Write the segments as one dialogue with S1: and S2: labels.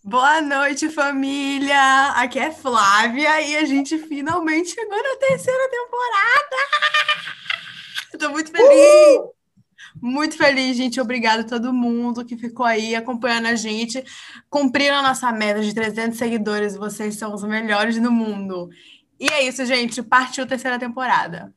S1: Boa noite, família! Aqui é Flávia e a gente finalmente chegou na terceira temporada! Eu tô muito feliz, gente. Obrigada a todo mundo que ficou aí acompanhando a gente. Cumpriram a nossa meta de 300 seguidores. Vocês são os melhores do mundo. E é isso, gente. Partiu a terceira temporada.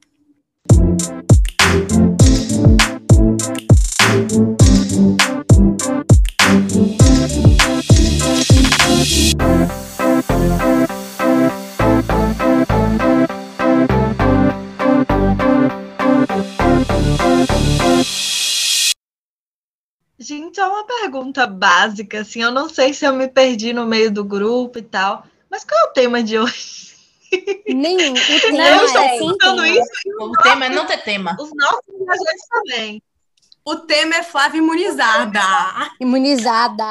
S2: Gente, é uma pergunta básica, assim, eu não sei se eu me perdi no meio do grupo e tal, mas qual é o tema de hoje?
S3: Nenhum. O
S2: Eu
S3: tema
S2: estou
S3: é sem
S2: perguntando
S3: tema.
S2: isso
S4: O tema é não ter tema.
S2: os nossos viajantes também.
S1: O tema é Flávia Imunizada.
S3: Imunizada.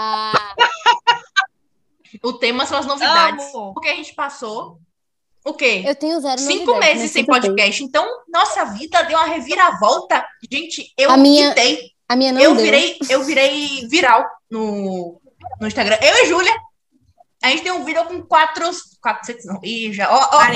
S4: O tema são as novidades.
S2: Amo.
S4: Porque a gente passou o quê?
S3: Eu tenho zero
S4: 5
S3: novidades,
S4: meses
S3: mas
S4: sem
S3: tudo bem.
S4: podcast. Então, nossa vida deu uma reviravolta. Gente, eu
S3: A minha
S4: quitei.
S3: A minha não
S4: Eu
S3: deu.
S4: virei viral no Instagram. Eu e Júlia. A gente tem um vídeo com 400 não. Ih, já.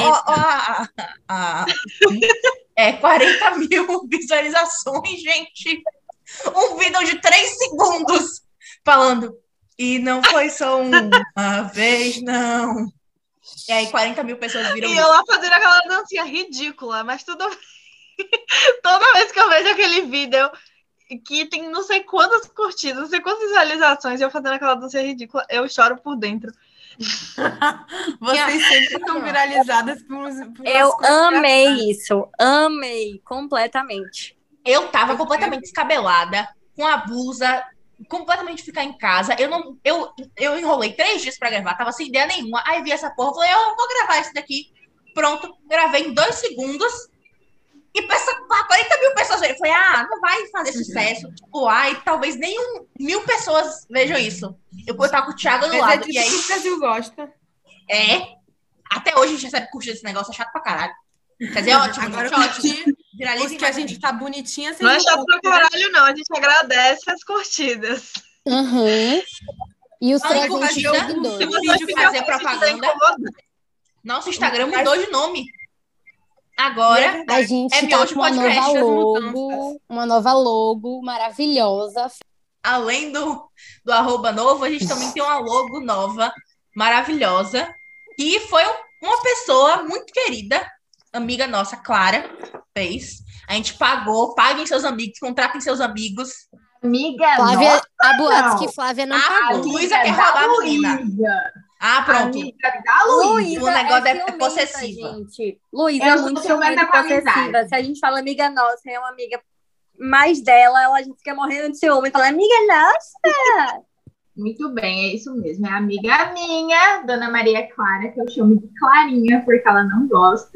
S4: 40 mil visualizações, gente. Um vídeo de 3 segundos falando. E não foi só uma vez, não. E aí 40 mil pessoas viram
S2: E
S4: isso.
S2: eu lá fazendo aquela dancinha ridícula, mas toda vez que eu vejo aquele vídeo que tem não sei quantas curtidas, não sei quantas visualizações, e eu fazendo aquela dancinha ridícula, eu choro por dentro.
S1: Vocês sempre estão viralizadas por
S5: Eu
S1: coisas
S5: amei isso, amei completamente.
S4: Eu tava completamente descabelada, com a blusa, completamente ficar em casa. Eu enrolei 3 dias pra gravar, tava sem ideia nenhuma. Aí vi essa porra, falei, eu vou gravar isso daqui. Pronto, gravei em 2 segundos. E 40 mil pessoas. Eu falei, não vai fazer sucesso. Tipo, talvez nem 1.000 pessoas vejam isso. Eu tava com o Thiago do
S1: Mas
S4: lado.
S1: é
S4: E aí,
S1: disso que o Brasil gosta.
S4: até hoje a gente recebe curtida desse negócio, é chato pra caralho. Quer dizer, ótimo,
S1: Agora
S4: gente, ótimo.
S1: curtir
S4: Viraliza
S1: os que a gente tá bonitinha.
S2: Não é chato pra caralho, não. A gente agradece as curtidas.
S3: Uhum. E os
S4: Falando em
S3: 300
S4: curtida,
S3: seguidores.
S4: se você fazer propaganda, nosso Instagram mudou de nome. Agora
S3: A gente
S4: é
S3: tá
S4: Miojo
S3: com uma nova
S4: Podcast.
S3: logo maravilhosa.
S4: Além do arroba novo, a gente também tem uma logo nova, maravilhosa, que foi uma pessoa muito querida, amiga nossa, Clara, fez. A gente pagou, paguem seus amigos, contratem seus amigos.
S6: Amiga,
S3: Flávia,
S6: nossa,
S3: há boatos
S6: não.
S3: que Flávia não
S4: A
S3: pagou.
S4: Luísa quer roubar a menina.
S6: Luísa.
S4: Pronto.
S6: Amiga da Luísa.
S4: O negócio é
S5: ciumenta,
S4: possessiva.
S5: gente. Luísa
S6: Eu
S5: é
S6: sou
S5: muito
S6: ciumenta
S5: ciumenta
S6: com
S5: e possessiva.
S6: amizade.
S5: Se a gente fala amiga nossa, é uma amiga mais dela, ela já fica morrendo de ciúme. Fala, amiga nossa.
S6: Muito bem, é isso mesmo. É amiga minha, Dona Maria Clara, que eu chamo de Clarinha, porque ela não gosta.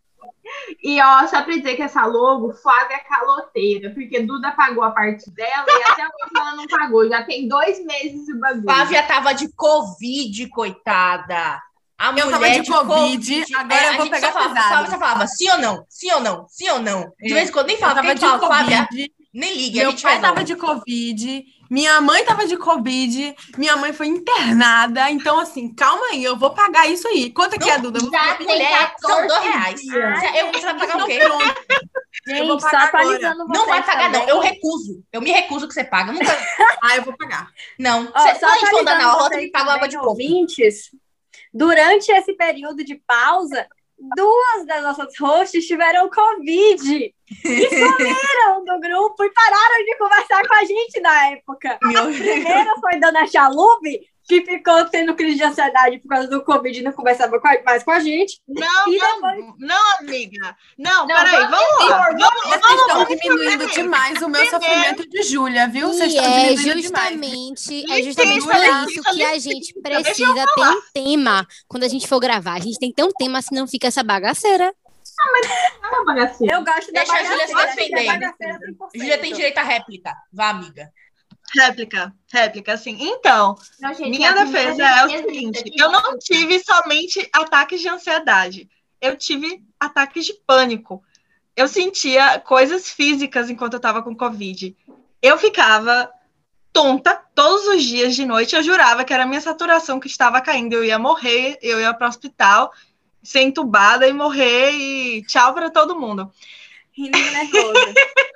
S6: E ó, só pra dizer que essa logo, Flávia é caloteira, porque Duda pagou a parte dela e até hoje ela não pagou. Já tem 2 meses o bagulho.
S4: Flávia tava de Covid, coitada.
S1: Eu tava de Covid, agora eu vou pegar pesado.
S4: Flávia só falava sim ou não, sim ou não, sim ou não. De vez em quando nem
S1: Eu
S4: falava,
S1: tava
S4: quem
S1: de
S4: fala, Flávia,
S1: Covid.
S4: nem ligue, a
S1: Meu
S4: gente
S1: pai
S4: faz
S1: tava
S4: logo.
S1: de Covid, minha mãe tava de Covid, minha mãe foi internada. Então, assim, calma aí, eu vou pagar isso aí. Quanto que é, Duda? Eu vou
S6: Já
S1: pagar
S6: tem
S4: Mulher, são R$2.
S6: 14 dias.
S4: Você vai pagar o quê?
S1: pronto. Eu vou
S5: Gente, só
S1: pagar
S5: atualizando vocês
S4: Não vai pagar, não.
S5: também.
S4: Eu recuso. Eu me recuso que você paga. Nunca.
S1: Eu vou pagar.
S4: Não.
S5: Ó,
S4: Você
S5: só
S4: pode andar na
S5: atualizando
S4: rota e
S5: vocês
S4: me paga água
S5: também,
S4: de coco.
S5: ouvintes, durante esse período de pausa, 2 das nossas hosts tiveram Covid e sumiram do grupo e pararam de conversar com a gente na época. Primeiro foi Dona Chalupe, que ficou tendo crise de ansiedade por causa do Covid e não conversava mais com a gente.
S2: Não,
S5: E
S2: não, amiga. Não,
S6: Não,
S2: peraí, vamos lá.
S1: Vocês estão diminuindo demais o meu sofrimento de Júlia, viu? Vocês
S3: E
S1: estão
S3: é
S1: diminuindo demais.
S3: justamente por isso que a gente precisa ter um tema quando a gente for gravar. A gente tem que ter um tema, senão fica essa bagaceira.
S6: Não é uma bagaceira.
S5: Eu gosto da
S4: Deixa a Júlia se
S5: bagaceira,
S4: defender.
S5: da bagaceira 100%.
S4: Júlia tem direito à réplica. Vá, amiga.
S2: Réplica, assim. Então,
S6: Não, gente,
S2: minha
S6: a
S2: defesa
S6: primeira
S2: é o
S6: defesa
S2: seguinte:
S6: que
S2: eu não tive somente ataques de ansiedade, eu tive ataques de pânico. Eu sentia coisas físicas enquanto eu estava com Covid. Eu ficava tonta, todos os dias de noite, eu jurava que era a minha saturação que estava caindo, eu ia morrer, eu ia para o hospital, ser entubada e morrer, e tchau para todo mundo.
S5: Rindo de nervosa.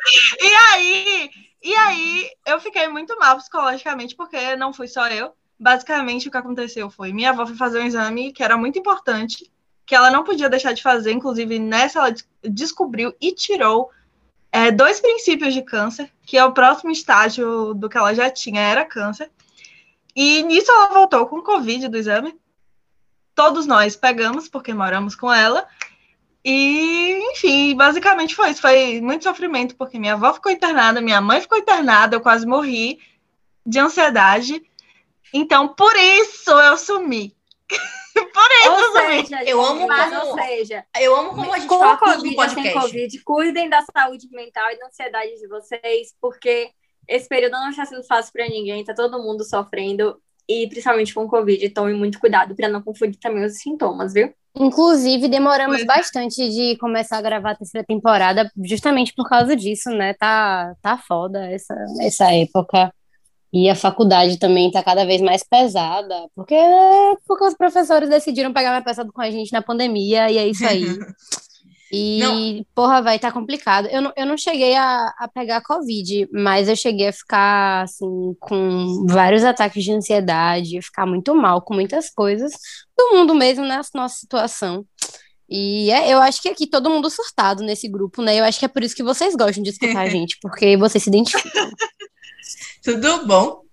S2: E aí, eu fiquei muito mal psicologicamente, porque não fui só eu. Basicamente, o que aconteceu foi, minha avó foi fazer um exame que era muito importante, que ela não podia deixar de fazer, inclusive nessa ela descobriu e tirou 2 princípios de câncer, que é o próximo estágio do que ela já tinha, era câncer. E nisso ela voltou com Covid do exame. Todos nós pegamos, porque moramos com ela. E, enfim, basicamente foi isso. Foi muito sofrimento, porque minha avó ficou internada, minha mãe ficou internada, eu quase morri de ansiedade. Então, por isso eu sumi. Por isso
S5: Ou
S2: eu sumi.
S5: seja,
S4: Eu amo Eu amo como a gente
S5: com
S4: fala
S5: o
S4: tudo no
S5: Covid, sem
S4: podcast.
S5: Covid, cuidem da saúde mental e da ansiedade de vocês, porque esse período não está sendo fácil para ninguém, tá todo mundo sofrendo, e principalmente com o Covid, tome muito cuidado para não confundir também os sintomas, viu?
S3: Inclusive, demoramos
S2: Pois é.
S3: bastante de começar a gravar a terceira temporada, justamente por causa disso, né? Tá foda essa época. E a faculdade também tá cada vez mais pesada, porque os professores decidiram pegar mais pesado com a gente na pandemia, e é isso aí. E, porra, vai tá complicado. Eu não cheguei a pegar Covid, mas eu cheguei a ficar, assim, com vários ataques de ansiedade, ficar muito mal com muitas coisas do mundo mesmo, né? Nossa situação. E eu acho que aqui todo mundo surtado nesse grupo, né? Eu acho que é por isso que vocês gostam de escutar a gente, porque vocês se identificam.
S4: Tudo bom?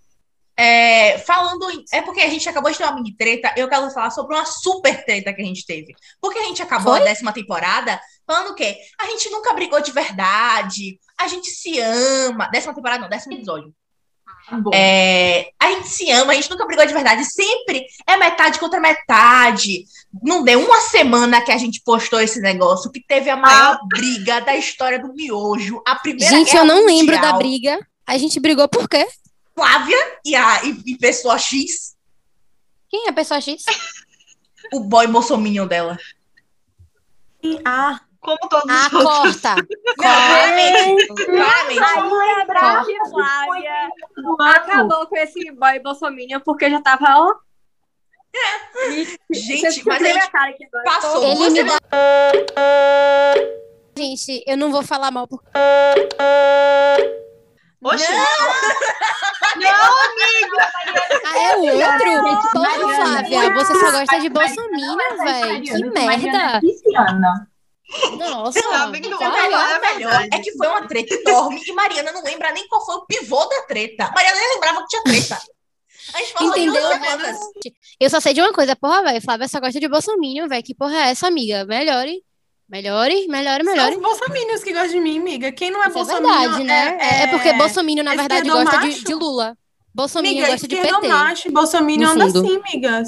S4: É porque a gente acabou de ter uma mini treta, eu quero falar sobre uma super treta que a gente teve. Porque a gente acabou a 10ª temporada falando o quê? A gente nunca brigou de verdade, a gente se ama. 10ª temporada não, 10º episódio.
S6: Bom.
S4: A gente se ama, a gente nunca brigou de verdade, sempre é metade contra metade. Não deu uma semana que a gente postou esse negócio, que teve a maior briga da história do miojo, a primeira
S3: Gente,
S4: guerra
S3: eu não lembro
S4: mundial.
S3: da briga. A gente brigou por quê?
S4: Flávia e pessoa X,
S3: Quem é a pessoa X?
S4: o boy bolsominion dela.
S2: Como todos os outros.
S3: Corta.
S4: Claramente.
S5: Aí a Brava e a Flávia acabou com esse boy bolsominion, porque já tava, ó.
S4: Gente, mas a gente
S5: cara aqui agora.
S4: passou
S3: Ele
S4: duas
S3: me
S4: semanas.
S3: Gente, eu não vou falar mal porque
S2: Oxi.
S3: é o outro. Porra,
S6: Mariana,
S3: Flávia, você só gosta de
S6: Mariana
S3: bolsominion,
S6: não é
S3: velho. Que
S6: sagitariana, Mariana
S3: merda.
S6: é pisciana.
S3: Nossa,
S2: Tá vendo?
S3: qual
S2: Vai
S3: é?
S2: lá.
S4: O melhor é que foi uma treta enorme e Mariana não lembra nem qual foi o pivô da treta. Mariana nem lembrava que tinha treta. A gente falou em
S3: Entendeu?
S4: 2 semanas.
S3: Eu só sei de uma coisa, porra, velho. Flávia só gosta de bolsominion, velho. Que porra é essa, amiga? Melhore.
S1: São os bolsominions que gostam de mim, amiga. Quem não é
S3: Isso é
S1: bolsominion
S3: verdade, né? É porque bolsominion, na verdade, gosta
S1: esquerdomacho.
S3: de Lula. Bolsominion
S1: Amiga,
S3: gosta de
S1: esquerdo
S3: PT.
S1: macho, bolsominion
S3: No
S1: anda
S3: fundo.
S1: assim, amiga.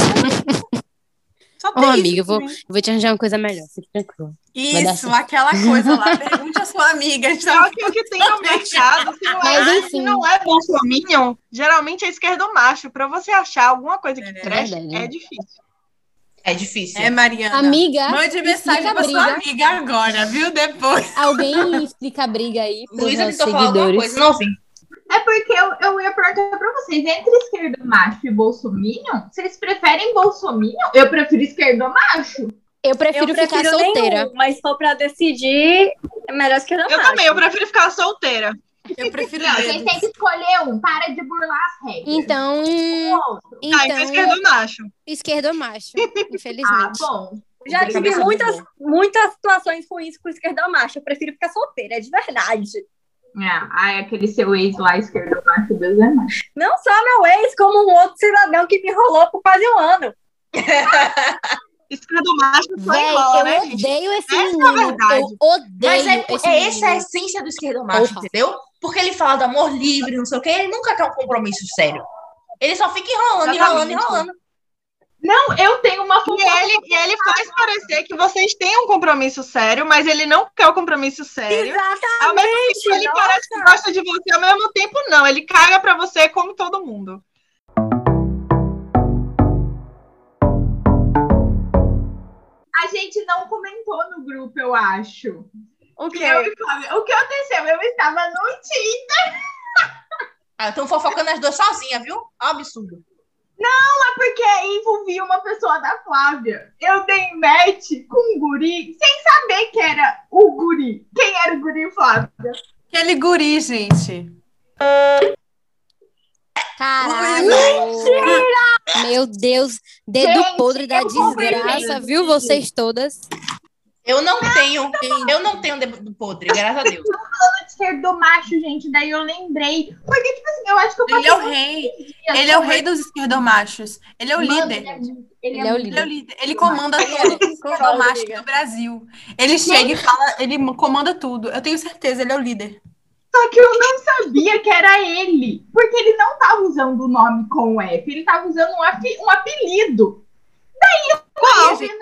S1: Só
S3: Ó,
S1: tem isso.
S3: amiga, eu
S1: também.
S3: vou te arranjar uma coisa melhor. Fique tranquilo. Vai dar
S1: Isso,
S3: certo.
S1: aquela coisa lá. Pergunte à sua amiga.
S2: Só que o que tem no mercado,
S3: Mas,
S2: se
S3: enfim.
S2: não é bolsominion, geralmente é esquerdo macho. Pra você achar alguma coisa que preste,
S3: verdade.
S2: é difícil.
S4: É difícil.
S1: É, Mariana.
S3: Amiga,
S1: Mande mensagem
S3: explica a
S1: pra sua
S3: briga.
S1: amiga agora, viu? Depois.
S3: Alguém explica a briga aí pros
S4: Luísa
S3: nossos
S4: tentou falar alguma
S3: seguidores.
S4: coisa, não ouvi.
S6: É porque eu ia perguntar pra vocês, entre esquerdo macho e bolsominion, vocês preferem bolsominion? Eu prefiro esquerdo macho.
S3: Eu prefiro ficar solteira.
S5: nenhum, mas se for pra decidir, é melhor esquerda
S2: Eu
S5: macho.
S2: também, eu prefiro ficar solteira.
S1: Eu prefiro
S6: Não, vocês
S1: dedos.
S6: têm que escolher um, para de burlar as regras.
S3: Então,
S6: O outro.
S2: Então esquerdo macho.
S3: esquerdo ou macho,
S6: Ah,
S3: infelizmente.
S6: bom.
S5: Já tive
S4: Cabeça de
S5: muitas situações ruins com esquerda macho. Eu prefiro ficar solteira, é de verdade.
S6: Aquele seu ex lá, esquerdo macho, Deus é macho.
S5: Não só meu ex, como um outro cidadão que me enrolou por quase um ano.
S2: Esquerdo macho só
S3: Véi,
S2: enrola,
S3: eu
S2: né, gente?
S3: odeio esse
S2: Essa é a
S3: menino.
S2: verdade.
S3: Eu odeio
S4: Mas
S3: esse
S4: essa é a
S3: menino.
S4: essência do esquerdo macho,
S3: Porra.
S4: entendeu? Porque ele fala do amor livre, não sei o quê, ele nunca quer um compromisso sério. Ele só fica enrolando.
S6: Não, eu tenho uma
S2: E ele faz parecer que vocês têm um compromisso sério, mas ele não quer o compromisso sério. Ao mesmo tempo, ele parece que gosta de você, ao mesmo tempo, não. Ele caga pra você como todo mundo.
S6: A gente não comentou no grupo, eu acho.
S5: O quê?
S6: O que aconteceu? Eu estava no Tinder.
S4: Ah, estão fofocando as duas sozinhas, viu? Absurdo.
S6: Porque envolvia uma pessoa da Flávia. Eu dei match com um guri sem saber que era o guri. Quem era o guri, Flávia?
S1: Aquele guri, gente.
S3: Caralho! Meu Deus, dedo
S6: Gente,
S3: podre da
S6: eu conversei.
S3: desgraça, viu? Vocês todas.
S4: Eu não tenho dedo podre, graças a Deus.
S6: Esquerdo do macho, gente. Daí eu lembrei. Porque, tipo assim, eu acho que eu
S1: Ele é o rei. Ele é o rei dos esquerdomachos. Ele é o líder.
S3: Ele é o
S1: Ele é o
S3: líder.
S1: líder. Ele comanda todos os esquerdomachos do Brasil. Ele chega e fala, ele comanda tudo. Eu tenho certeza, ele é o líder.
S6: Só que eu não sabia que era ele. Porque ele não tava usando o nome com o F. Ele tava usando um apelido.
S1: Qual, gente?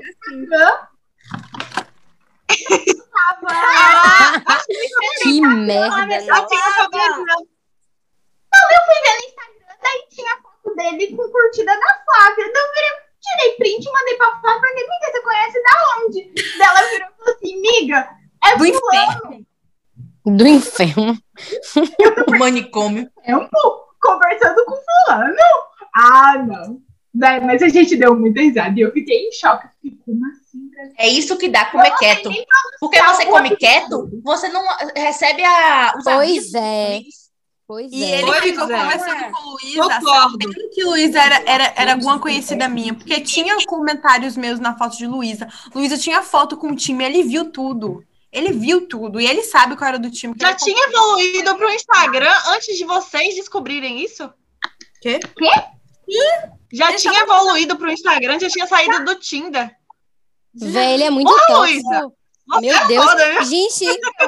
S3: Que merda.
S2: Eu tinha sobrenome.
S6: Eu fui ver no Instagram, daí tinha foto dele com curtida da Flávia. Daí eu tirei print e mandei pra Flávia, porque, miga, você conhece da onde? Daí ela virou e falou assim, miga, é
S1: Do
S6: fulano.
S3: Do inferno.
S4: O manicômio.
S6: Conversando com fulano. Ah, não. Daí, mas a gente deu muita risada e eu fiquei em choque. Fiquei, como assim, Brasil?
S4: É isso que dá comer quieto. Porque você come quieto, você não recebe os
S3: Pois
S4: avisos,
S3: é.
S4: amigos.
S3: Pois
S1: E
S3: é.
S1: ele
S2: Pois
S1: ficou
S2: é.
S1: conversando com Luísa,
S2: Concordo.
S1: sabendo que Luísa era alguma conhecida minha, porque tinha comentários meus na foto de Luísa. Luísa tinha foto com o time, ele viu tudo. Ele viu tudo, e ele sabe qual era do time. Que
S2: Já
S1: ele
S2: tinha evoluído pro Instagram antes de vocês descobrirem isso?
S1: Quê?
S2: Já
S1: Ele
S2: tinha evoluído pro Instagram, já tinha saído do Tinder.
S3: Véi, ele é muito
S2: Ô,
S3: tóxico.
S2: Luísa, Você
S3: Meu
S2: é
S3: Deus.
S2: foda, viu?
S3: Gente,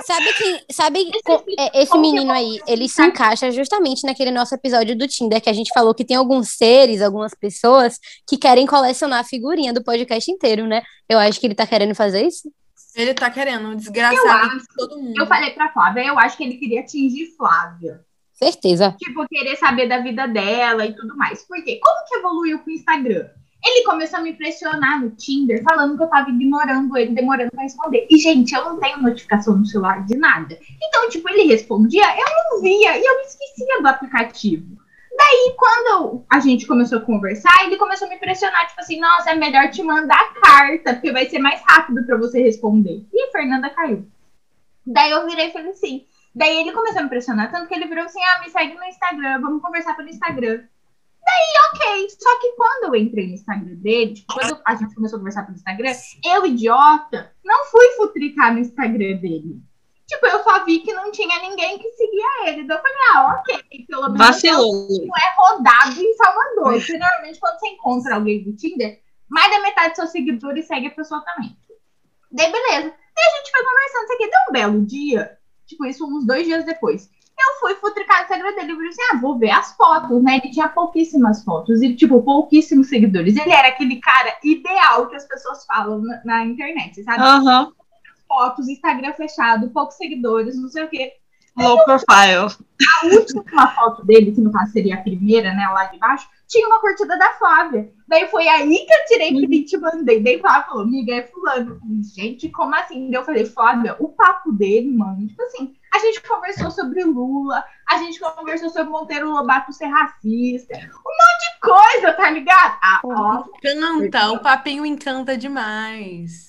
S3: esse menino aí, ele se encaixa justamente naquele nosso episódio do Tinder que a gente falou que tem alguns seres, algumas pessoas que querem colecionar a figurinha do podcast inteiro, né? Eu acho que ele tá querendo fazer isso.
S1: Ele tá querendo
S6: Eu
S1: desgraçar a vida
S6: acho.
S1: de todo mundo.
S6: Eu falei pra Flávia, eu acho que ele queria atingir Flávia.
S3: Certeza.
S6: Tipo, querer saber da vida dela e tudo mais. Por quê? Como que evoluiu com o Instagram? Ele começou a me pressionar no Tinder, falando que eu tava ignorando ele, demorando pra responder. E, gente, eu não tenho notificação no celular de nada. Então, tipo, ele respondia, eu não via, e eu esquecia do aplicativo. Daí, quando a gente começou a conversar, ele começou a me pressionar, tipo assim, nossa, é melhor te mandar carta, porque vai ser mais rápido pra você responder. E a Fernanda caiu. Daí eu virei e falei assim. Daí ele começou a me pressionar, tanto que ele virou assim, me segue no Instagram, vamos conversar pelo Instagram. Ok, só que quando eu entrei no Instagram dele, tipo, quando a gente começou a conversar pelo Instagram, eu, idiota, não fui futricar no Instagram dele. Tipo, eu só vi que não tinha ninguém que seguia ele. Então eu falei, ok, pelo menos
S2: Vacilou.
S6: não é rodado em Salvador. Porque normalmente quando você encontra alguém do Tinder, mais da metade dos seus seguidores segue a pessoa também. Daí, beleza. E a gente foi conversando, isso aqui deu um belo dia. Tipo, isso uns 2 dias depois. Eu fui futricar no Instagram dele e falei assim, vou ver as fotos, né? Ele tinha pouquíssimas fotos e, tipo, pouquíssimos seguidores. Ele era aquele cara ideal que as pessoas falam na internet, sabe?
S2: Aham.
S6: Fotos, Instagram fechado, poucos seguidores, não sei o quê.
S2: Low profile.
S6: A última foto dele, que no caso seria a primeira, né, lá de baixo, tinha uma curtida da Flávia. Daí foi aí que eu tirei print e mandei. Daí Flávia falou, amiga, é fulano. Eu falei, gente, como assim? Daí eu falei, Flávia, o papo dele, mano, tipo assim, a gente conversou sobre Lula, a gente conversou sobre Monteiro Lobato ser racista, um monte de coisa, tá ligado?
S1: Encanta, o papinho encanta demais.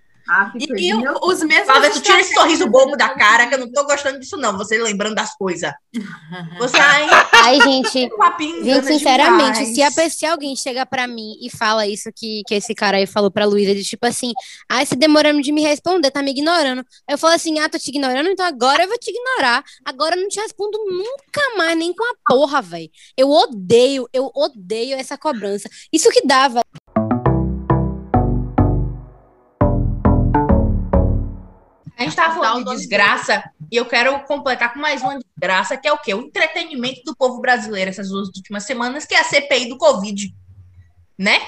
S1: E os mesmos...
S4: Flávia, tu tira esse sorriso bobo da cara, que eu não tô gostando disso, não. Você lembrando das coisas. Você
S3: Ai, gente,
S4: papinho
S3: gente, sinceramente,
S4: demais.
S3: se alguém chega pra mim e fala isso que esse cara aí falou pra Luísa, de tipo assim, você demorando de me responder, tá me ignorando. Eu falo assim, tô te ignorando, então agora eu vou te ignorar. Agora eu não te respondo nunca mais, nem com a porra, velho. Eu odeio essa cobrança. Isso que dava.
S4: A gente tava falando de desgraça e eu quero completar com mais uma desgraça, que é o quê? O entretenimento do povo brasileiro essas 2 últimas semanas, que é a CPI do Covid, né?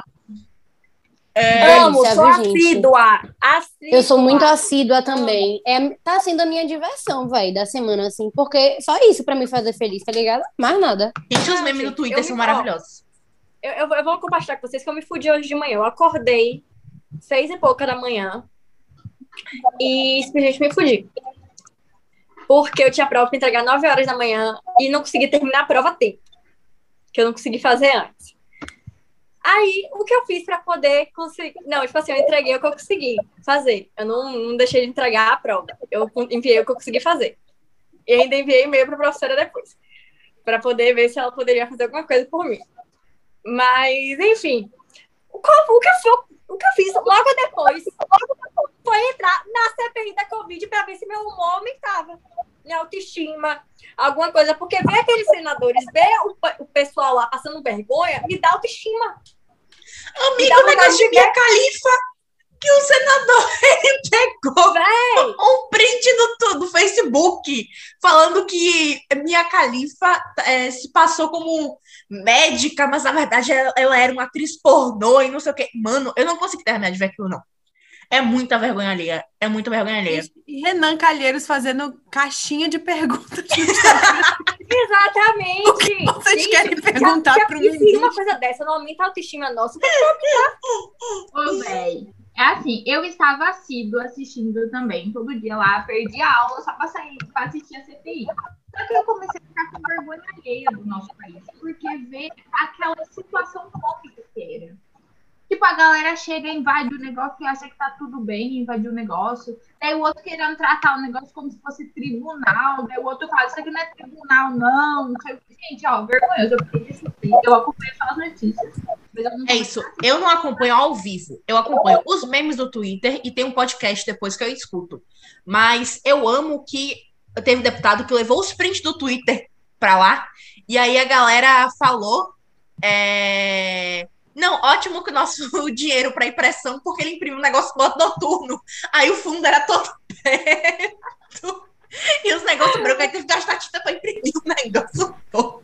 S5: Amo,
S3: delícia,
S5: sou
S3: viu, gente?
S5: assídua.
S3: Eu sou muito assídua também. Tá sendo a minha diversão, velho, da semana, assim, porque só isso pra me fazer feliz, tá ligado? Mais nada.
S4: Gente, os memes no Twitter são maravilhosos.
S5: Eu vou compartilhar com vocês que eu me fudi hoje de manhã. Eu acordei 6 e pouca da manhã e simplesmente me fudi. porque eu tinha prova para entregar 9 horas da manhã e não consegui terminar a prova a tempo, que eu não consegui fazer antes. Aí, o que eu fiz para poder conseguir... Não, tipo assim, eu entreguei o que eu consegui fazer. Eu não deixei de entregar a prova. Eu enviei o que eu consegui fazer. E ainda enviei e-mail para a professora depois, para poder ver se ela poderia fazer alguma coisa por mim. Mas, enfim, o que eu fiz logo depois foi entrar na CPI da Covid para ver se meu humor aumentava, minha autoestima, alguma coisa. Porque ver aqueles senadores, ver o pessoal lá passando vergonha, me dá autoestima.
S4: Amigo, o negócio de Mia Khalifa, que o senador ele pegou um print do Facebook falando que Mia Khalifa se passou como médica, mas na verdade ela era uma atriz pornô e não sei o quê. Mano, eu não consegui terminar de ver aquilo, não. É muita vergonha alheia. É muita vergonha alheia.
S1: E Renan Calheiros fazendo caixinha de perguntas.
S5: Exatamente.
S1: O que vocês querem perguntar para o menino?
S5: Se uma coisa dessa não aumenta a autoestima nossa,
S6: Ô, véi. É assim, eu estava assíduo assistindo também, todo dia lá, perdi a aula só para sair, para assistir a CPI. Só que eu comecei a ficar com vergonha alheia do nosso país, porque ver aquela situação cômica que era. Tipo, a galera chega, invade o negócio e acha que tá tudo bem, invade o negócio. Daí o outro querendo tratar o negócio como se fosse tribunal. Daí o outro fala, isso aqui não é tribunal, não. Gente, ó, vergonhoso. Eu acompanho só as notícias.
S4: É isso. Eu não acompanho ao vivo. Eu acompanho os memes do Twitter e tem um podcast depois que eu escuto. Mas eu amo que teve um deputado que levou os prints do Twitter pra lá. E aí a galera falou... Não, ótimo que o nosso dinheiro para impressão, porque ele imprime um negócio modo noturno. Aí o fundo era todo preto. E os negócios brancos, aí teve que gastar tinta para imprimir o negócio todo.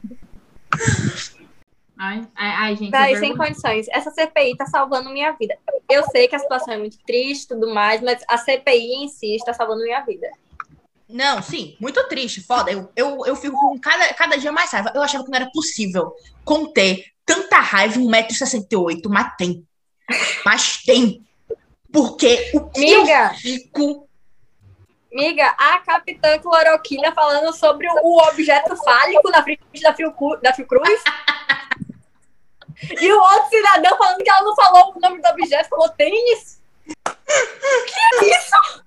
S6: Ai, gente.
S5: Daí, sem condições. Essa CPI tá salvando minha vida. Eu sei que a situação é muito triste e tudo mais, mas a CPI em si está salvando minha vida.
S4: Não, sim, muito triste, foda. Eu fico com cada dia mais raiva. Eu achava que não era possível conter tanta raiva em 1,68 m, mas tem. Mas tem. Porque o que eu fico...
S5: Miga, a Capitã Cloroquina falando sobre o objeto fálico na frente da Fiocruz. E o outro cidadão falando que ela não falou o nome do objeto, falou tênis. Que é isso?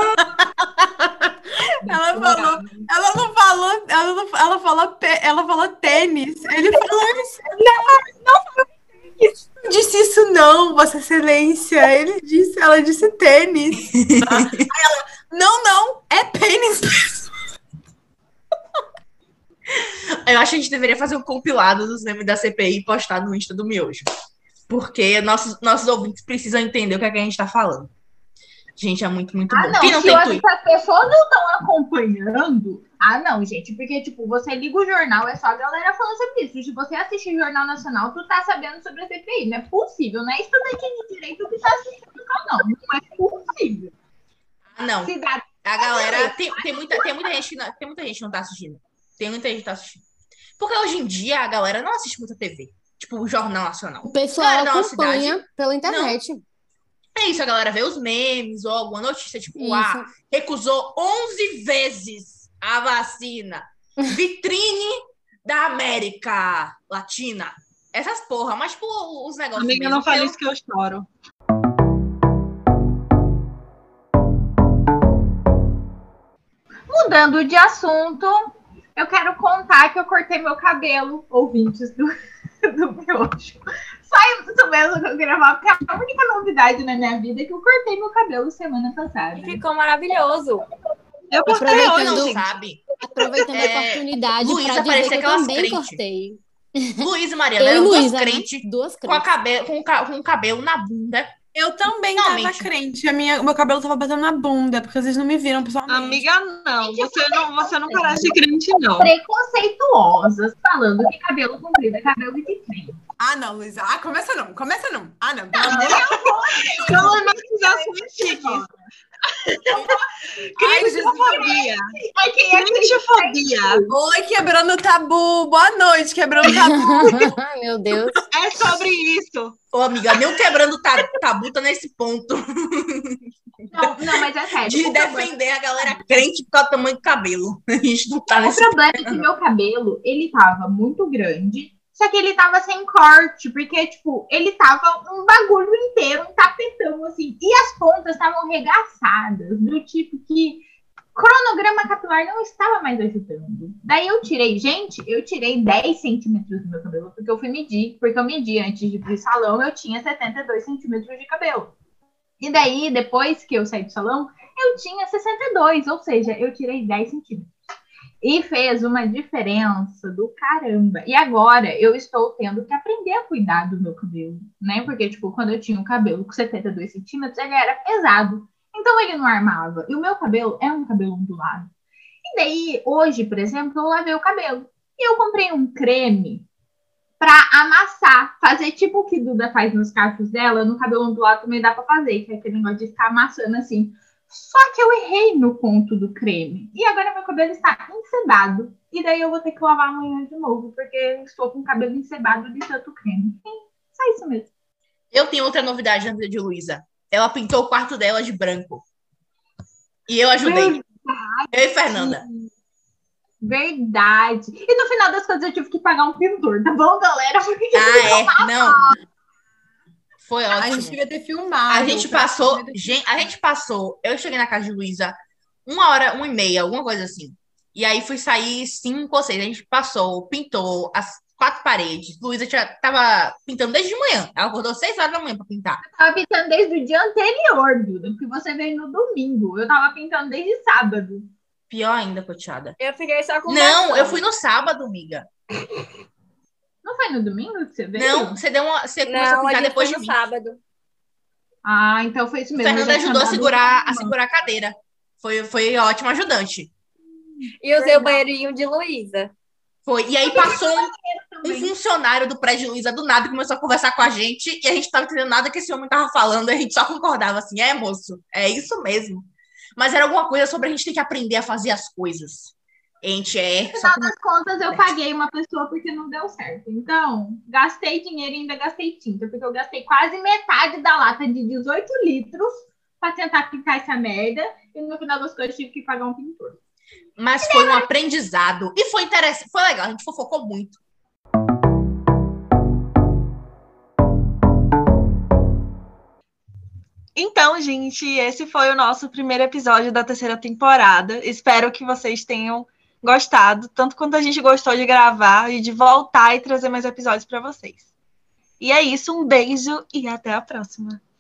S1: Ela falou tênis. Ele falou isso.
S5: Não falou tênis.
S1: Não disse isso não, Vossa Excelência. Ela disse tênis. Aí ela, não, é pênis.
S4: Eu acho que a gente deveria fazer um compilado dos memes da CPI e postar no Insta do Miojo. Porque nossos ouvintes precisam entender o que é que a gente tá falando. Gente, é muito, muito bom.
S6: Não,
S4: Quem não
S6: se
S4: tem
S6: as pessoas não estão acompanhando... não, gente. Porque, tipo, você liga o jornal, é só a galera falando sobre isso. Se você assistir o Jornal Nacional, tu tá sabendo sobre a CPI. Não é possível. Não é estudante de direito que tá assistindo o canal. Não é possível.
S4: Não. A galera... Tem muita gente que não tá assistindo. Tem muita gente que tá assistindo. Porque hoje em dia a galera não assiste muita TV. Tipo, o Jornal Nacional.
S3: O pessoal acompanha pela internet.
S4: Não. É isso, a galera vê os memes ou alguma notícia, tipo, recusou 11 vezes a vacina. Vitrine da América Latina. Essas porra, mas, tipo, os negócios.
S2: Amiga,
S4: mesmo,
S2: não fale isso que eu choro.
S6: Mudando de assunto, eu quero contar que eu cortei meu cabelo, ouvintes do Miojo. Só isso mesmo que eu queria falar, porque a única novidade na minha vida é que eu cortei meu cabelo semana passada.
S5: Ficou maravilhoso.
S2: Eu cortei hoje,
S4: não sabe.
S3: Aproveitando a oportunidade
S4: Luísa,
S3: para dizer que eu
S4: aquelas
S3: também
S4: crente.
S3: cortei.
S4: Luísa e Mariana eram
S3: duas crentes.
S4: Com o cabelo na bunda.
S1: Eu também tava crente. O meu cabelo tava batendo na bunda, porque vocês não me viram pessoalmente.
S2: Amiga, não. Você não parece crente, não.
S6: Preconceituosas, falando que cabelo comprido é cabelo de crente.
S1: Não, Luísa. Começa não. Não.
S2: Colonizações chiques.
S1: Ai, Jesus.
S2: Cristofobia.
S6: Ai, quem é que
S2: Cristofobia.
S1: Oi, quebrando o tabu. Boa noite, quebrando o tabu.
S3: Meu Deus.
S2: É sobre isso.
S4: Ô, amiga, nem o quebrando tabu tá nesse ponto
S6: Não, mas é sério.
S4: de defender a galera crente por causa do tamanho do cabelo. A gente não tá
S6: O
S4: nesse
S6: problema é que meu cabelo, ele tava muito grande, só que ele tava sem corte, porque, tipo, ele tava um bagulho inteiro, um tapetão, assim, e as pontas estavam regaçadas, do tipo que cronograma capilar não estava mais ajudando. Daí eu tirei 10 centímetros do meu cabelo, porque eu fui medir, porque eu medi antes de ir pro salão, eu tinha 72 centímetros de cabelo. E daí, depois que eu saí do salão, eu tinha 62, ou seja, eu tirei 10 centímetros. E fez uma diferença do caramba. E agora eu estou tendo que aprender a cuidar do meu cabelo, né? Porque, tipo, quando eu tinha um cabelo com 72 centímetros, ele era pesado. Então ele não armava. E o meu cabelo é um cabelo ondulado. E daí, hoje, por exemplo, eu lavei o cabelo. E eu comprei um creme pra amassar. Fazer tipo o que Duda faz nos cachos dela, no cabelo ondulado também dá pra fazer, que é aquele negócio de ficar amassando assim. Só que eu errei no ponto do creme. E agora meu cabelo está encebado. E daí eu vou ter que lavar amanhã de novo, porque eu estou com o cabelo encebado de tanto creme. Sim, só isso mesmo.
S4: Eu tenho outra novidade na vida de Luísa. Ela pintou o quarto dela de branco. E eu ajudei. Eu e Fernanda.
S6: Verdade. E no final das contas eu tive que pagar um pintor, tá bom, galera? Porque
S4: Não. Foi
S1: A gente
S4: ótimo.
S1: devia ter filmado.
S4: A gente passou. Eu cheguei na casa de Luísa 1h30, alguma coisa assim. E aí fui sair 5 ou 6. A gente passou, pintou as 4 paredes. Luísa tava pintando desde de manhã. Ela acordou 6 horas da manhã pra pintar.
S6: Eu tava pintando desde o dia anterior, Duda, porque você veio no domingo. Eu tava pintando desde sábado.
S4: Pior ainda, coteada.
S5: Eu fiquei só com
S4: Não, eu fui no sábado, amiga.
S6: Não foi no domingo que você veio?
S4: Não, você começou a
S5: Não, a
S4: pintar
S5: gente
S4: depois
S5: foi
S4: de
S5: no
S4: mim.
S5: sábado.
S6: Ah, então foi isso mesmo.
S4: Fernanda
S6: Eu já
S4: ajudou a
S6: tinha
S4: segurar
S6: dado
S4: a cadeira. Foi ótimo ajudante.
S5: E usei o banheirinho de Luísa.
S4: Foi. E aí passou um
S6: também.
S4: funcionário do prédio de Luísa do nada começou a conversar com a gente e a gente tava entendendo nada que esse homem tava falando, e a gente só concordava assim, moço, é isso mesmo. Mas era alguma coisa sobre a gente ter que aprender a fazer as coisas. A gente
S6: No final das contas, eu paguei uma pessoa porque não deu certo. Então, gastei dinheiro e ainda gastei tinta, porque eu gastei quase metade da lata de 18 litros para tentar pintar essa merda, e no final das contas tive que pagar um pintor.
S4: Mas foi um aprendizado. E foi interessante, foi legal, a gente fofocou muito.
S2: Então, gente, esse foi o nosso primeiro episódio da 3ª temporada. Espero que vocês tenham gostado, tanto quanto a gente gostou de gravar e de voltar e trazer mais episódios para vocês. E é isso, um beijo e até a próxima.